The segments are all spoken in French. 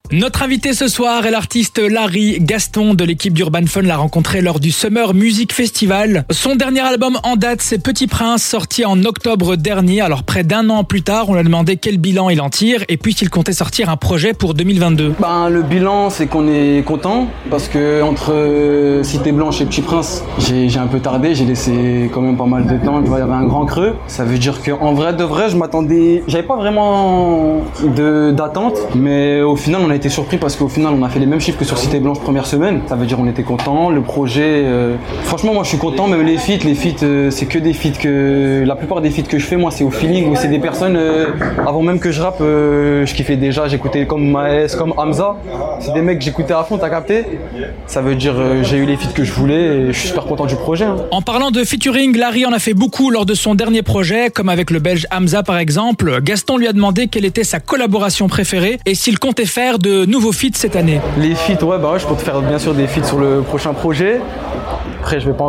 Notre invité ce soir est l'artiste Larry. Gaston de l'équipe d'Urban Fun l'a rencontré lors du Summer Music Festival. Son dernier album en date, c'est Petit Prince, sorti en octobre dernier. Alors près d'un an plus tard, on lui a demandé quel bilan il en tire et puis s'il comptait sortir un projet pour 2022. Le bilan, c'est qu'on est content parce que entre Cité Blanche et Petit Prince, j'ai un peu tardé, j'ai laissé quand même pas mal de temps. Tu vois, il y avait un grand creux. Ça veut dire qu'en vrai de vrai, je m'attendais, j'avais pas vraiment d'attente, mais au final, on a été surpris parce qu'au final, on a fait les mêmes chiffres que sur Cité Blanche première semaine. Ça veut dire qu'on était content. Le projet, franchement, moi, je suis content. Même les feats, c'est que des feats que la plupart des feats que je fais, moi, c'est au feeling ou c'est des personnes. Avant même que je rappe, je kiffais déjà. J'écoutais comme Maes, comme Hamza. C'est des mecs que j'écoutais à fond. T'as capté? Ça veut dire j'ai eu les feats que je voulais et je suis super content du projet. En parlant de featuring, Larry en a fait beaucoup lors de son dernier projet, comme avec le Belge Hamza par exemple. Gaston lui a demandé quelle était sa collaboration préférée et s'il comptait faire de nouveaux feats cette année. Les feats, ouais, je compte faire bien sûr des feats sur le prochain projet. Après, je vais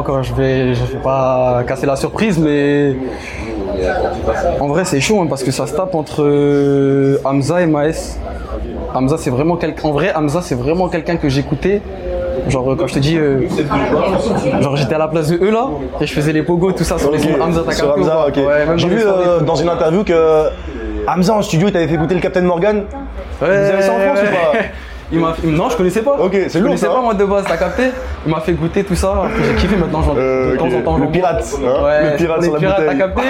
pas casser la surprise, mais en vrai, c'est chaud parce que ça se tape entre Hamza et Maes. Hamza, c'est vraiment quelqu'un que j'écoutais. Genre quand je te dis, genre j'étais à la place de eux là et je faisais les pogos tout ça sur les sons Hamza. Sur Hamza, ok. J'ai vu dans une interview que Hamza en studio il t'avait fait écouter le Captain Morgan. Vous avez ça en France ou pas? Non, je connaissais pas. Ok, c'est lourd. Je connaissais pas moi de base, t'as capté? Il m'a fait goûter tout ça. Après, j'ai kiffé maintenant, genre de temps en temps. Le pirate, ouais, le pirate sur la bouteille. T'as capté?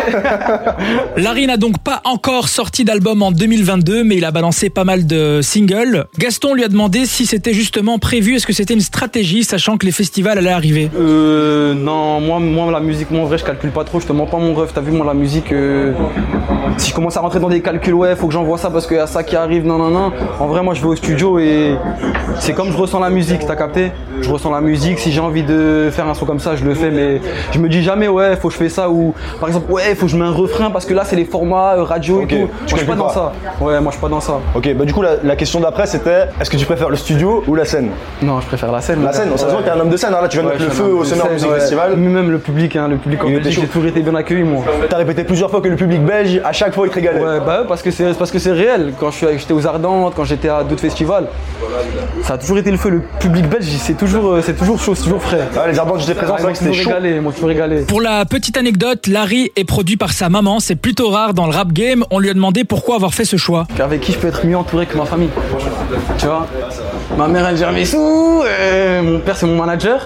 Larry n'a donc pas encore sorti d'album en 2022, mais il a balancé pas mal de singles. Gaston lui a demandé si c'était justement prévu, est-ce que c'était une stratégie, sachant que les festivals allaient arriver? Non, moi la musique, moi en vrai, je calcule pas trop. Je te mens pas mon ref. T'as vu moi la musique? Si je commence à rentrer dans des calculs, ouais, faut que j'envoie ça parce qu'il y a ça qui arrive. Non. En vrai, moi je vais au studio et c'est comme je ressens la musique, t'as capté? Je ressens la musique, si j'ai envie de faire un son comme ça, je le fais, mais je me dis jamais, ouais, faut que je fais ça, ou par exemple, ouais, faut que je mette un refrain parce que là, c'est les formats radio et tout. Moi, je suis pas dans ça. Ouais, moi, je suis pas dans ça. Ok, du coup, la question d'après, c'était est-ce que tu préfères le studio ou la scène? Non, je préfère la scène. La scène, ça se voit que t'es un homme de scène, là, tu viens de mettre le feu au Summer Music Festival. Même le public en Belgique, j'ai toujours été bien accueilli, moi. T'as répété plusieurs fois que le public belge, à chaque fois, il te régalait. Ouais, parce que c'est réel. Quand j'étais aux Ardentes, quand j'étais à d'autres festivals, ça a toujours été le feu. Le public belge, c'est toujours chaud, c'est toujours frais. Les Ardentes, j'étais présent, c'est vrai que c'était chaud. Moi, je me régalais. Pour la petite anecdote, Larry est produit par sa maman. C'est plutôt rare dans le rap game. On lui a demandé pourquoi avoir fait ce choix. Avec qui je peux être mieux entouré que ma famille. Tu vois, ma mère, elle gère mes sous. Mon père, c'est mon manager.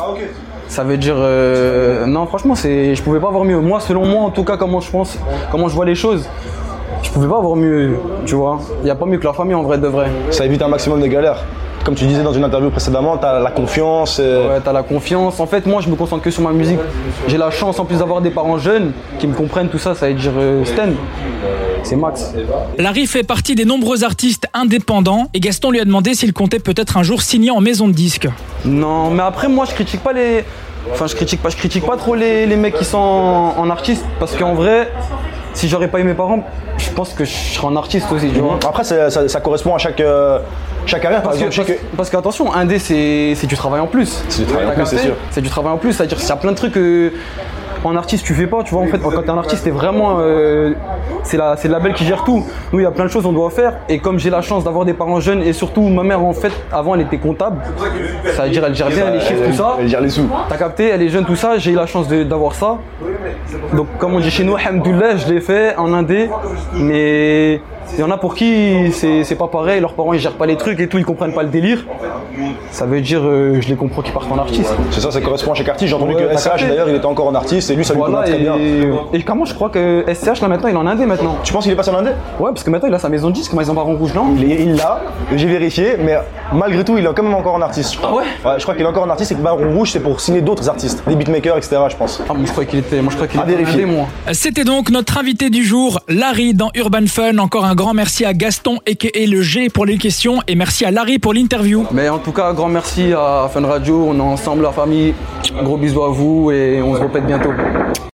Ça veut dire non, franchement, je pouvais pas avoir mieux. Moi, selon moi, en tout cas, comment je vois les choses, je pouvais pas avoir mieux. Tu vois, il y a pas mieux que la famille en vrai de vrai. Ça évite un maximum de galères. Comme tu disais dans une interview précédemment, t'as la confiance. Ouais, t'as la confiance. En fait, moi, je me concentre que sur ma musique. J'ai la chance, en plus d'avoir des parents jeunes qui me comprennent, tout ça, ça veut dire Sten. C'est max. Larry fait partie des nombreux artistes indépendants et Gaston lui a demandé s'il comptait peut-être un jour signer en maison de disques. Non, mais après, moi, je critique pas trop les mecs qui sont en artiste parce qu'en vrai, si j'aurais pas eu mes parents, je pense que je serais un artiste aussi, tu vois. Après, ça correspond à chaque carrière. Parce qu'attention, indé, c'est du travail en plus. C'est du travail en plus, c'est sûr. C'est du travail en plus, c'est-à-dire qu'il y a plein de trucs en artiste tu fais pas, tu vois. En fait, quand t'es un artiste, t'es vraiment c'est le label qui gère tout. Nous, il y a plein de choses qu'on doit faire et comme j'ai la chance d'avoir des parents jeunes et surtout ma mère en fait avant elle était comptable, ça veut dire elle gère bien les chiffres, tout ça. Elle gère les sous. T'as capté, elle est jeune, tout ça, j'ai eu la chance d'avoir ça. Donc comme on dit chez nous, alhamdoulilah, je l'ai fait en indé, mais il y en a pour qui c'est pas pareil, leurs parents ils gèrent pas les trucs et tout, ils comprennent pas le délire. Ça veut dire je les comprends qui partent en artiste. C'est ça correspond à chaque artiste. J'ai entendu que SCH d'ailleurs il était encore en artiste et lui ça lui convient très bien. Et comment je crois que SCH là maintenant il est en indé maintenant. Tu penses qu'il est passé en indé? Ouais, parce que maintenant il a sa maison de disques, Maison Baron Rouge, non? Il l'a, j'ai vérifié, mais malgré tout il est quand même encore en artiste. Ah ouais? Ouais, je crois qu'il est encore en artiste et que Baron Rouge c'est pour signer d'autres artistes, des beatmakers, etc. je pense. Ah, moi je crois qu'il était à vérifier. Moi. C'était donc notre invité du jour, Larry dans Urban Fun. Encore un grand merci à Gaston aka le G pour les questions et merci à Larry pour l'interview. Mais en tout cas, un grand merci à Fun Radio, on est ensemble la famille. Gros bisous à vous et on se répète bientôt.